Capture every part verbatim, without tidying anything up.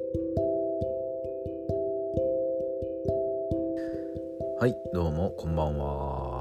はい、どうもこんばんは。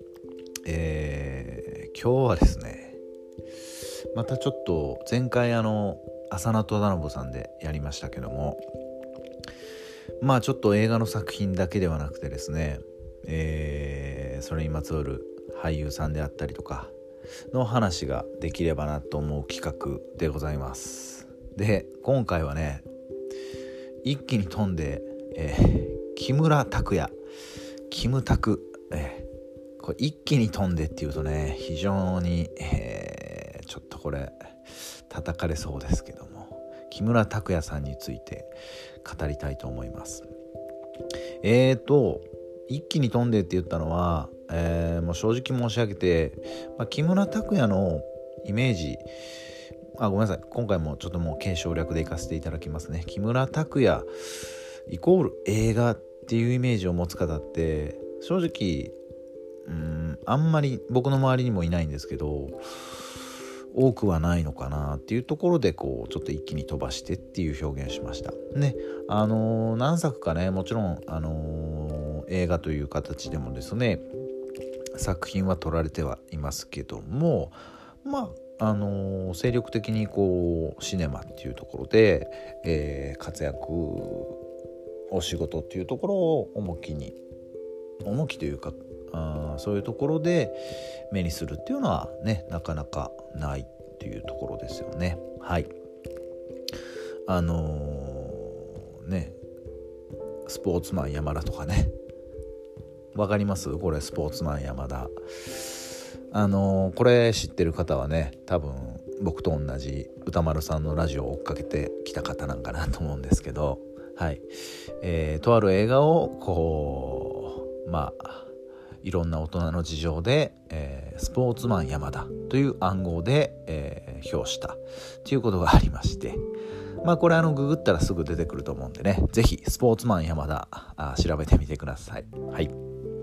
えー、今日はですね、またちょっと前回あの浅野忠信さんでやりましたけども、まあちょっと映画の作品だけではなくてですね、えー、それにまつわる俳優さんであったりとかの話ができればなと思う企画でございます。で、今回はね、一気に飛んで、えー、木村拓哉キムタク、えー、これ一気に飛んでっていうとね、非常に、えー、ちょっとこれ叩かれそうですけども、木村拓哉さんについて語りたいと思います。えーと一気に飛んでって言ったのは、えー、もう正直申し上げて、まあ、木村拓哉のイメージ、あ、ごめんなさい、今回もちょっともう軽省略でいかせていただきますね。木村拓哉イコール映画っていうイメージを持つ方って正直うーんあんまり僕の周りにもいないんですけど、多くはないのかなっていうところで、こうちょっと一気に飛ばしてっていう表現をしましたね。あのー、何作かね、もちろん、あのー、映画という形でもですね作品は撮られてはいますけども、まああのー、精力的にこうシネマっていうところで、えー、活躍お仕事っていうところを重きに重きというか、あそういうところで目にするっていうのはね、なかなかないっていうところですよね。はい。あのー、ねスポーツマン山田とかね、わかります？これスポーツマン山田、あのー、これ知ってる方はね、多分僕と同じ歌丸さんのラジオを追っかけてきた方なんかなと思うんですけど、はい、えー、とある映画をこうまあいろんな大人の事情で、えー、スポーツマン山田という暗号で、えー、表したということがありまして、まあこれあのググったらすぐ出てくると思うんでね、ぜひスポーツマン山田あ調べてみてください。はい。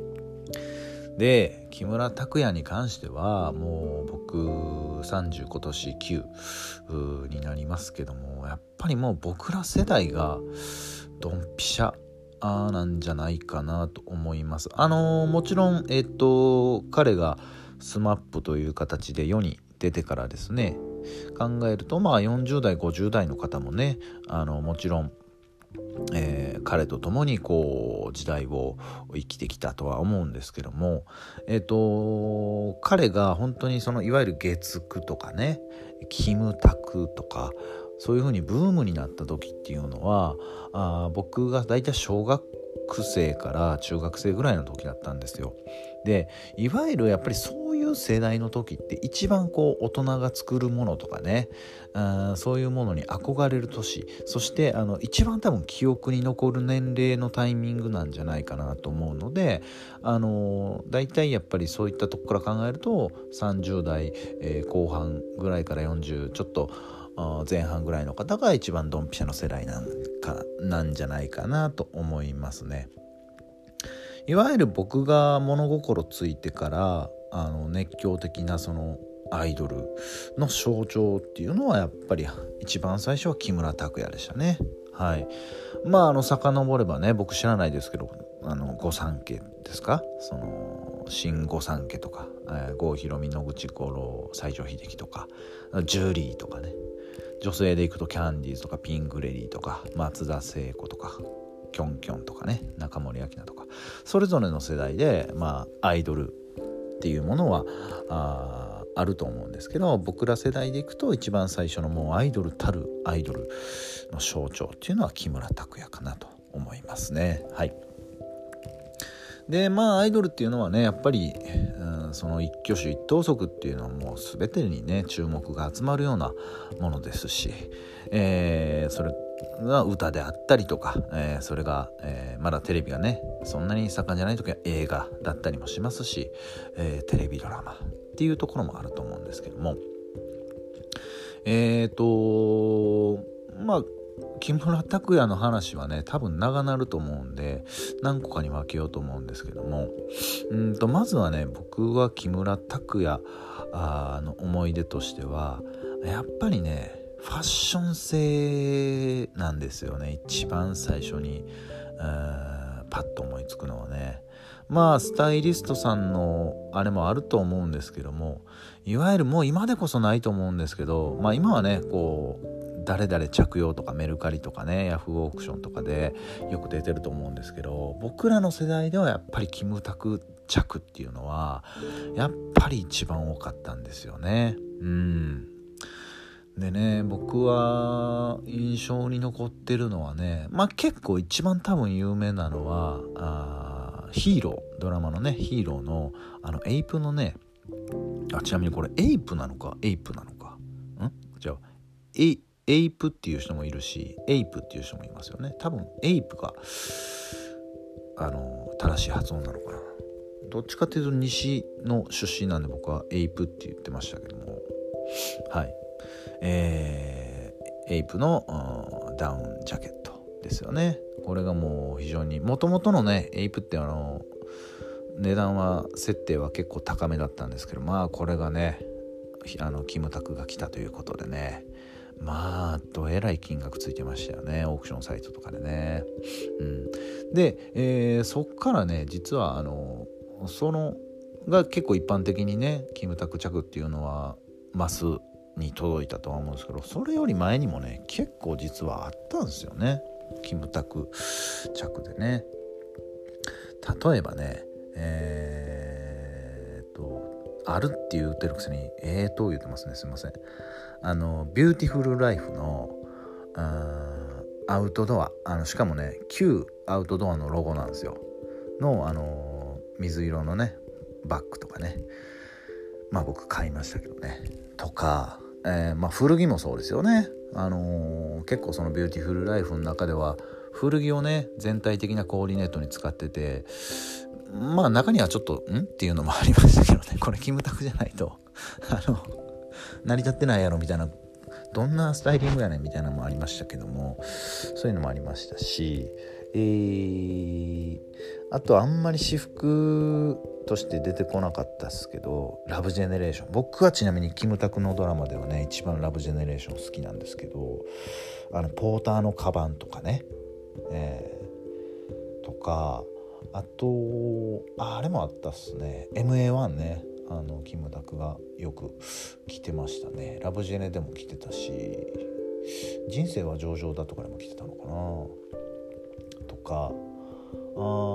で、木村拓哉に関してはもう僕さんじゅう今年きゅうになりますけども、やっぱりもう僕ら世代がドンピシャなんじゃないかなと思います。あのー、もちろんえっと彼がスマップという形で世に出てからですね、考えるとまあよんじゅう代ごじゅう代の方もね、あのもちろんえー、彼と共にこう時代を生きてきたとは思うんですけども、えっと彼が本当にそのいわゆる月9とかね、キムタクとかそういう風にブームになった時っていうのは、あ僕がだいたい小学生から中学生ぐらいの時だったんですよ。で、いわゆるやっぱりそういう世代の時って一番こう大人が作るものとかね、あそういうものに憧れる年、そしてあの一番多分記憶に残る年齢のタイミングなんじゃないかなと思うので、あのだいたいやっぱりそういったとこから考えるとさんじゅう代、えー、後半ぐらいからよんじゅうちょっと前半ぐらいの方が一番ドンピシャの世代なんかなんじゃないかなと思いますね。いわゆる僕が物心ついてからあの熱狂的なそのアイドルの象徴っていうのはやっぱり一番最初は木村拓哉でしたね。はい。まああの遡ればね、僕知らないですけど、あの御三家ですか、その新御三家とか、えー、郷ひろみ、野口五郎、西城秀樹とかジュリーとかね、女性でいくとキャンディーズとかピンクレディーとか松田聖子とかキョンキョンとかね、中森明菜とか、それぞれの世代でまあアイドルっていうものはああると思うんですけど、僕ら世代でいくと一番最初のもうアイドルたるアイドルの象徴っていうのは木村拓哉かなと思いますね。はい。でまあアイドルっていうのはね、やっぱり、うん、その一挙手一投足っていうのはもう全てにね注目が集まるようなものですし、えー、それが歌であったりとか、えー、それが、えー、まだテレビがねそんなに盛んじゃない時は映画だったりもしますし、えー、テレビドラマっていうところもあると思うんですけども、えーとまあ木村拓哉の話はね多分長なると思うんで何個かに分けようと思うんですけども、うんとまずはね、僕は木村拓哉の思い出としてはやっぱりねファッション性なんですよね。一番最初にパッと思いつくのはね。まあスタイリストさんのあれもあると思うんですけども、いわゆるもう今でこそないと思うんですけど、まあ今はねこう誰々着用とかメルカリとかねヤフーオークションとかでよく出てると思うんですけど、僕らの世代ではやっぱりキムタク着っていうのはやっぱり一番多かったんですよね。うんでね、僕は印象に残ってるのはね、まあ結構一番多分有名なのはあーヒーロー、ドラマのねヒーローのあのエイプのね、あちなみにこれエイプなのかエイプなのかんじゃあエイエイプっていう人もいるしエイプっていう人もいますよね。多分エイプがあの正しい発音なのかな。どっちかっていうと西の出身なんで僕はエイプって言ってましたけども、はいえー、エイプのダウンジャケットですよね。これがもう非常にもともとのねエイプってあの値段は設定は結構高めだったんですけど、まあこれがねあのキムタクが来たということでね、まあどえらい金額ついてましたよね、オークションサイトとかでね、うん、で、えー、そっからね実はあのそのが結構一般的にねキムタク着っていうのはマスに届いたとは思うんですけど、それより前にもね結構実はあったんですよね、キムタク着でね。例えばねえー、っとあるって言ってるくせにえーと言ってますね、すいません。あのビューティフルライフのアウトドア、あのしかもね旧アウトドアのロゴなんですよのあの水色のねバッグとかね、まあ僕買いましたけどねとか、えー、まあ古着もそうですよね。あのー、結構そのビューティフルライフの中では古着をね全体的なコーディネートに使ってて、まあ中にはちょっとんっていうのもありましたけどね、これキムタクじゃないとあの成り立ってないやろみたいな、どんなスタイリングやねんみたいなのもありましたけども、そういうのもありましたし、えー、あとあんまり私服として出てこなかったですけどラブジェネレーション、僕はちなみにキムタクのドラマではね一番ラブジェネレーション好きなんですけど、あのポーターのカバンとかね、えー、とかあと あ, あれもあったっすね エムエーワン ね、あのキムタクがよく着てましたね。ラブジェネでも着てたし、人生は上々だとかでも着てたのかなとか、あ, あ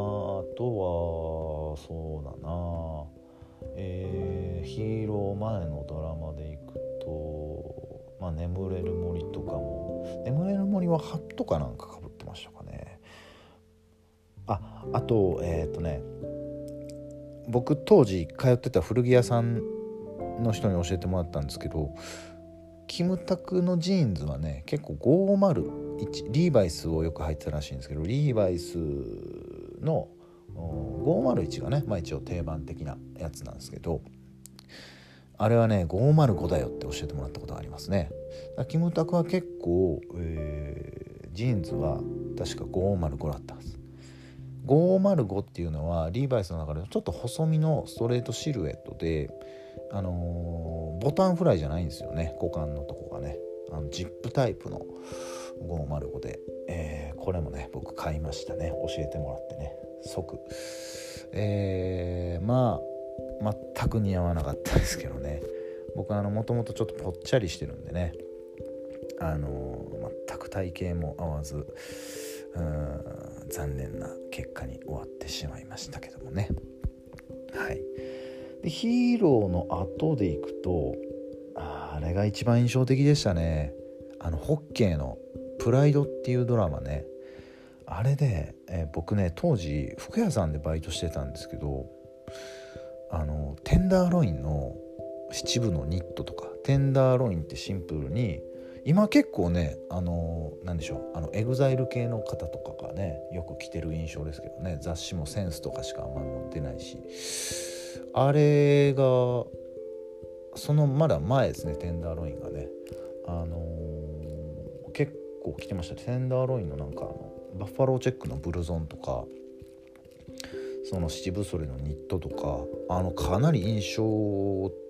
とはそうだな、えー、ヒーロー前のドラマでいくと、まあ、眠れる森とかも、眠れる森はハットかなんか被ってましたかね。ああとえっ、ー、とね僕当時通ってた古着屋さんの人に教えてもらったんですけど、キムタクのジーンズはね結構ごーまるいちリーバイスをよく履いてたらしいんですけど、リーバイスのごーまるいちがね、まあ、一応定番的なやつなんですけど、あれはねごーまるごだよって教えてもらったことがありますね。だキムタクは結構、えー、ジーンズは確かごーまるごだったんです。ごーまるごっていうのはリーバイスの中でちょっと細身のストレートシルエットで、あのー、ボタンフライじゃないんですよね、股間のとこがね、あのジップタイプのごーまるごで、えー、これもね僕買いましたね、教えてもらってね即、えー、まあ全く似合わなかったですけどね、僕はもともとちょっとぽっちゃりしてるんでね、あのー、全く体型も合わず、うーん残念な結果に終わってしまいましたけどもね。はい。でヒーローの後でいくと、あ, あれが一番印象的でしたね。あのホッケーのプライドっていうドラマね。あれで、えー、僕ね当時服屋さんでバイトしてたんですけど、あのテンダーロインの七分のニットとか、テンダーロインってシンプルに今結構ね、あのなんでしょう、あのエグザイル系の方とかがねよく着てる印象ですけどね、雑誌もセンスとかしかあんまり持ってないし、あれがそのまだ前ですね、テンダーロインがね、あのー、結構着てました。テンダーロインのなんかあのバッファローチェックのブルゾンとか、その七分袖のニットとか、あのかなり印象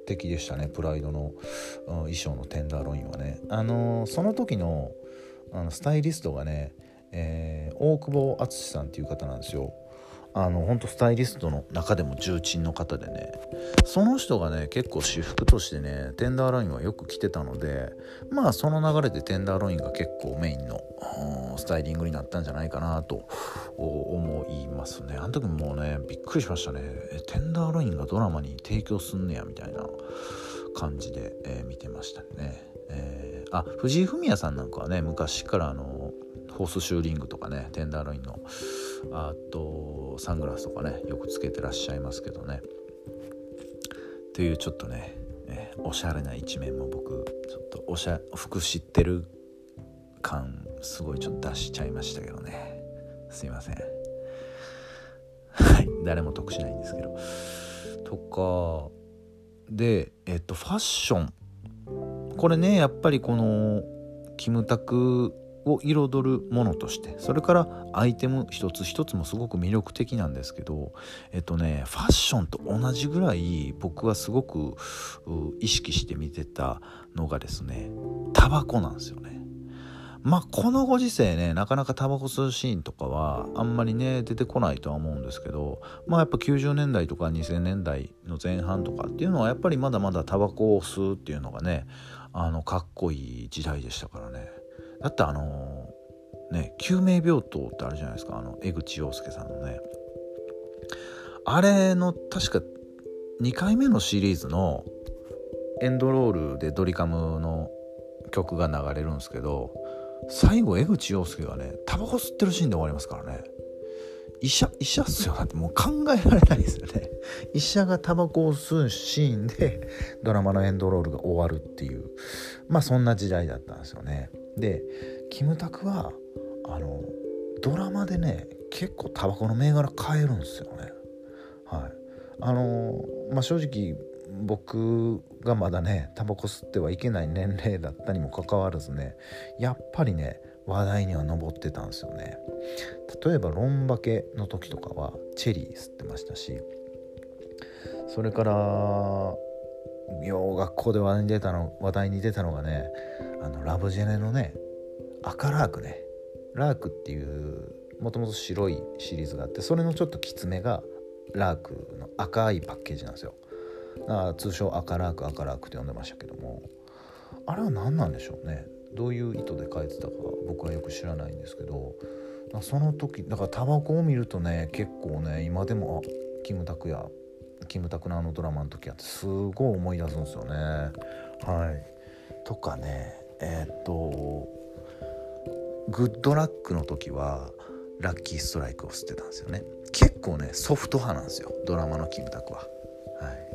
的でしたね。プライドの、うん、衣装のテンダーロインはね、あのー、その時の、あのスタイリストがね、えー、大久保敦さんっていう方なんですよ。あの本当スタイリストの中でも重鎮の方でね、その人がね結構私服としてねテンダーロインはよく着てたので、まあその流れでテンダーロインが結構メインのスタイリングになったんじゃないかなと思いますね。あの時もねびっくりしましたね。えテンダーロインがドラマに提供すんねやみたいな感じで、えー、見てましたね。えー、あ藤井フミヤさんなんかはね昔からあのホースシューリングとかねテンダーロインのあとサングラスとかねよくつけてらっしゃいますけどね。というちょっとね、えー、おしゃれな一面も僕ちょっとおしゃ服知ってる感すごいちょっと出しちゃいましたけどね、すいません。はい、誰も得しないんですけどとかで、えっとファッション、これねやっぱりこのキムタクを彩るものとして、それからアイテム一つ一つもすごく魅力的なんですけど、えっとねファッションと同じぐらい僕はすごく意識して見てたのがですねタバコなんですよね。まあこのご時世ねなかなかタバコ吸うシーンとかはあんまりね出てこないとは思うんですけど、まあやっぱきゅうじゅうねんだいとかにせんねんだいの前半とかっていうのはやっぱりまだまだタバコを吸うっていうのがねあのかっこいい時代でしたからね。だってあのね救命病棟ってあるじゃないですか、あの江口洋介さんのね、あれの確かにかいめのシリーズのエンドロールでドリカムの曲が流れるんですけど、最後江口洋介がねタバコ吸ってるシーンで終わりますからね。医者医者っすよ。だってもう考えられないですよね。医者がタバコを吸うシーンでドラマのエンドロールが終わるっていう、まあそんな時代だったんですよね。でキムタクはあのドラマでね結構タバコの銘柄変えるんですよね。はい、あのまあ正直僕がまだねタバコ吸ってはいけない年齢だったにもかかわらずねやっぱりね話題には上ってたんですよね。例えばロンバケの時とかはチェリー吸ってましたし、それからよう学校で話題に出たの話題に出たのがねあのラブジェネのね赤ラークね、ラークっていうもともと白いシリーズがあって、それのちょっときつめがラークの赤いパッケージなんですよ。だから通称赤ラーク赤ラークって呼んでましたけども、あれは何なんでしょうね。どういう意図で書いてたか僕はよく知らないんですけど、その時だからタバコを見るとね結構ね今でもあキムタクやキムタクのあのドラマの時やってすごい思い出すんですよね。はいとかねえー、っとグッドラックの時はラッキーストライクを吸ってたんですよね。結構ねソフト派なんですよドラマのキムタクは、はい、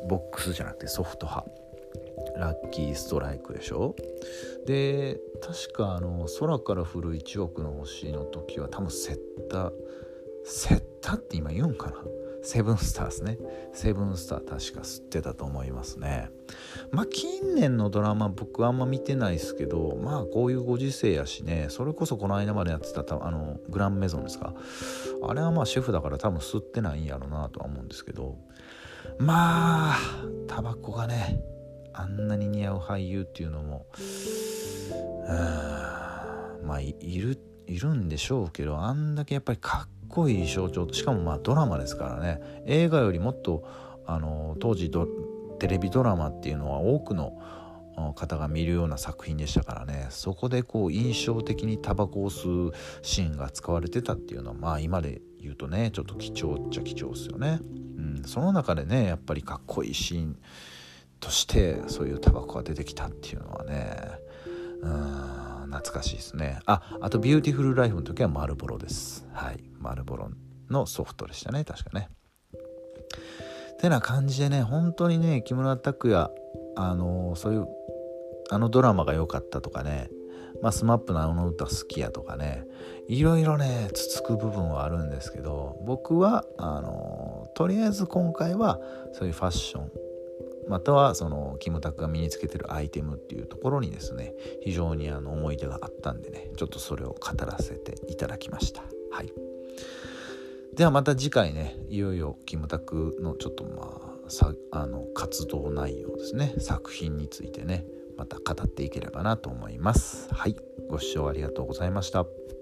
ボックスじゃなくてソフト派。ラッキーストライクでしょ。で確かあの空から降るいちおくの星の時は多分セッタセッタって今言うんかな、セブンスターですね。セブンスター確か吸ってたと思いますね。まあ近年のドラマ僕はあんま見てないですけど、まあこういうご時世やしね、それこそこの間までやってたあのグランメゾンですか、あれはまあシェフだから多分吸ってないんやろうなとは思うんですけど、まあタバコがねあんなに似合う俳優っていうのもうーんまあ い, いるいるんでしょうけど、あんだけやっぱりかっこいい象徴と、しかもまあドラマですからね、映画よりもっとあの当時ドテレビドラマっていうのは多くの方が見るような作品でしたからね、そこでこう印象的にタバコを吸うシーンが使われてたっていうのはまあ今で言うとねちょっと貴重っちゃ貴重ですよね。うん、その中でねやっぱりかっこいいシーンとしてそういうタバコが出てきたっていうのはね、うーん懐かしいですね。あ、あとビューティフルライフの時はマルボロです。はい、マルボロのソフトでしたね確かね。てな感じでね本当にね木村拓哉あのそういうあのドラマが良かったとかね、まあスマップのあの歌好きやとかね、いろいろねつつく部分はあるんですけど、僕はあのとりあえず今回はそういうファッションまたはそのキムタクが身につけてるアイテムっていうところにですね非常にあの思い出があったんでねちょっとそれを語らせていただきました。はい、ではまた次回ねいよいよキムタクのちょっとまあさあの活動内容ですね、作品についてねまた語っていければなと思います。はい、ご視聴ありがとうございました。